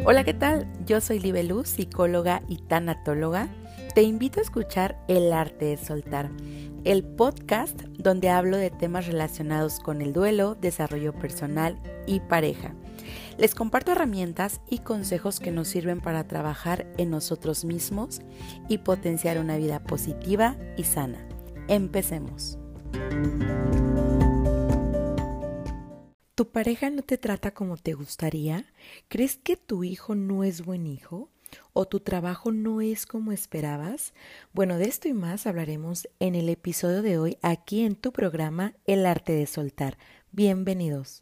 Hola, ¿qué tal? Yo soy Libeluz, psicóloga y tanatóloga. Te invito a escuchar El Arte de Soltar, el podcast donde hablo de temas relacionados con el duelo, desarrollo personal y pareja. Les comparto herramientas y consejos que nos sirven para trabajar en nosotros mismos y potenciar una vida positiva y sana. Empecemos. ¿Tu pareja no te trata como te gustaría? ¿Crees que tu hijo no es buen hijo? ¿O tu trabajo no es como esperabas? Bueno, de esto y más hablaremos en el episodio de hoy aquí en tu programa El Arte de Soltar. Bienvenidos.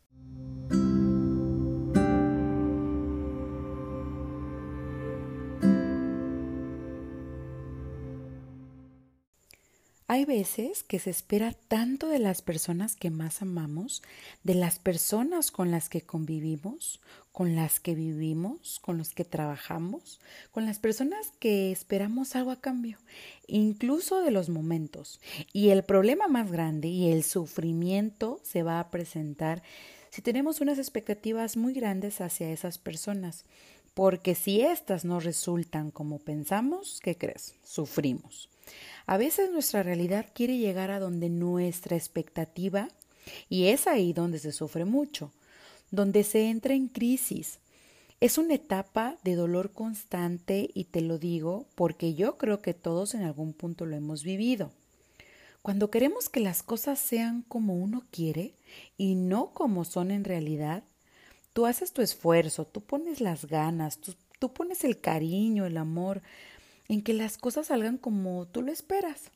Hay veces que se espera tanto de las personas que más amamos, de las personas con las que convivimos, con las que vivimos, con los que trabajamos, con las personas que esperamos algo a cambio, incluso de los momentos. Y el problema más grande y el sufrimiento se va a presentar si tenemos unas expectativas muy grandes hacia esas personas. Porque si éstas no resultan como pensamos, ¿qué crees? Sufrimos. A veces nuestra realidad quiere llegar a donde nuestra expectativa, y es ahí donde se sufre mucho, donde se entra en crisis. Es una etapa de dolor constante y te lo digo porque yo creo que todos en algún punto lo hemos vivido. Cuando queremos que las cosas sean como uno quiere y no como son en realidad, tú haces tu esfuerzo, tú pones las ganas, tú pones el cariño, el amor, en que las cosas salgan como tú lo esperas.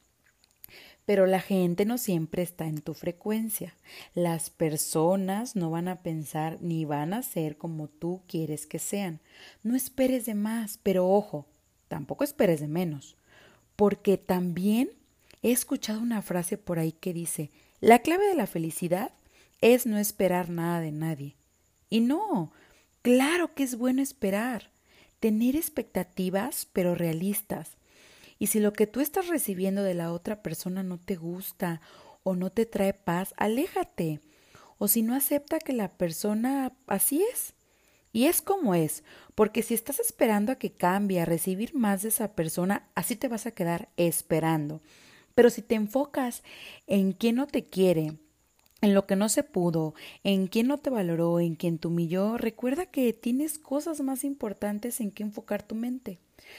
Pero la gente no siempre está en tu frecuencia. Las personas no van a pensar ni van a ser como tú quieres que sean. No esperes de más, pero ojo, tampoco esperes de menos. Porque también he escuchado una frase por ahí que dice, la clave de la felicidad es no esperar nada de nadie. Y no, claro que es bueno esperar. Tener expectativas, pero realistas. Y si lo que tú estás recibiendo de la otra persona no te gusta o no te trae paz, aléjate. O si no, acepta que la persona así es. Y es como es, porque si estás esperando a que cambie, a recibir más de esa persona, así te vas a quedar esperando. Pero si te enfocas en quién no te quiere, en lo que no se pudo, en quién no te valoró, en quién te humilló, recuerda que tienes cosas más importantes en que enfocar tu mente.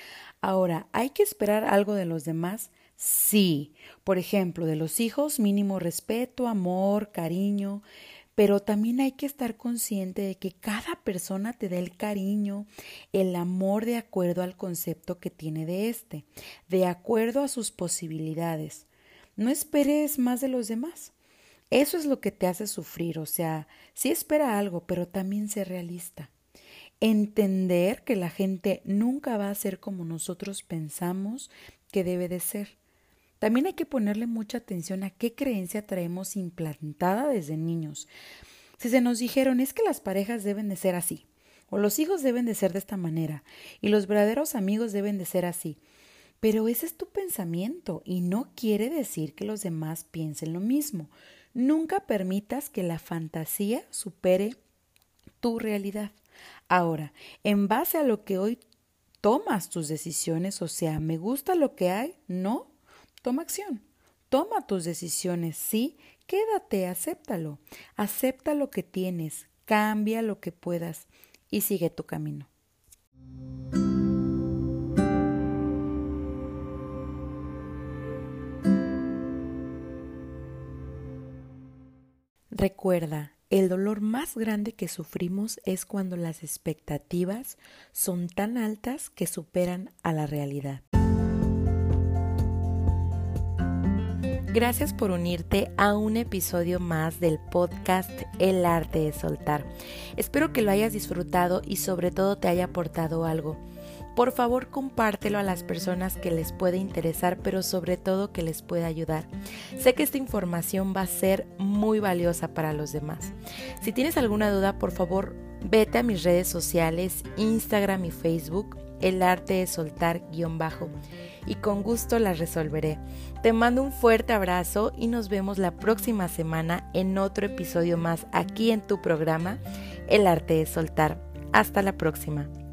Ahora, ¿hay que esperar algo de los demás? Sí. Por ejemplo, de los hijos, mínimo respeto, amor, cariño, pero también hay que estar consciente de que cada persona te da el cariño, el amor de acuerdo al concepto que tiene de este, de acuerdo a sus posibilidades. No esperes más de los demás. Eso es lo que te hace sufrir, o sea, sí espera algo, pero también sé realista. Entender que la gente nunca va a ser como nosotros pensamos que debe de ser. También hay que ponerle mucha atención a qué creencia traemos implantada desde niños. Si se nos dijeron es que las parejas deben de ser así, o los hijos deben de ser de esta manera, y los verdaderos amigos deben de ser así. Pero ese es tu pensamiento y no quiere decir que los demás piensen lo mismo. Nunca permitas que la fantasía supere tu realidad. Ahora, en base a lo que hoy tomas tus decisiones, o sea, me gusta lo que hay, no, toma acción. Toma tus decisiones, sí, quédate, acéptalo. Acepta lo que tienes, cambia lo que puedas y sigue tu camino. Recuerda, el dolor más grande que sufrimos es cuando las expectativas son tan altas que superan a la realidad. Gracias por unirte a un episodio más del podcast El Arte de Soltar. Espero que lo hayas disfrutado y sobre todo te haya aportado algo. Por favor, compártelo a las personas que les puede interesar, pero sobre todo que les pueda ayudar. Sé que esta información va a ser muy valiosa para los demás. Si tienes alguna duda, por favor, vete a mis redes sociales, Instagram y Facebook, El Arte de Soltar _ y con gusto las resolveré. Te mando un fuerte abrazo y nos vemos la próxima semana en otro episodio más aquí en tu programa El Arte de Soltar. Hasta la próxima.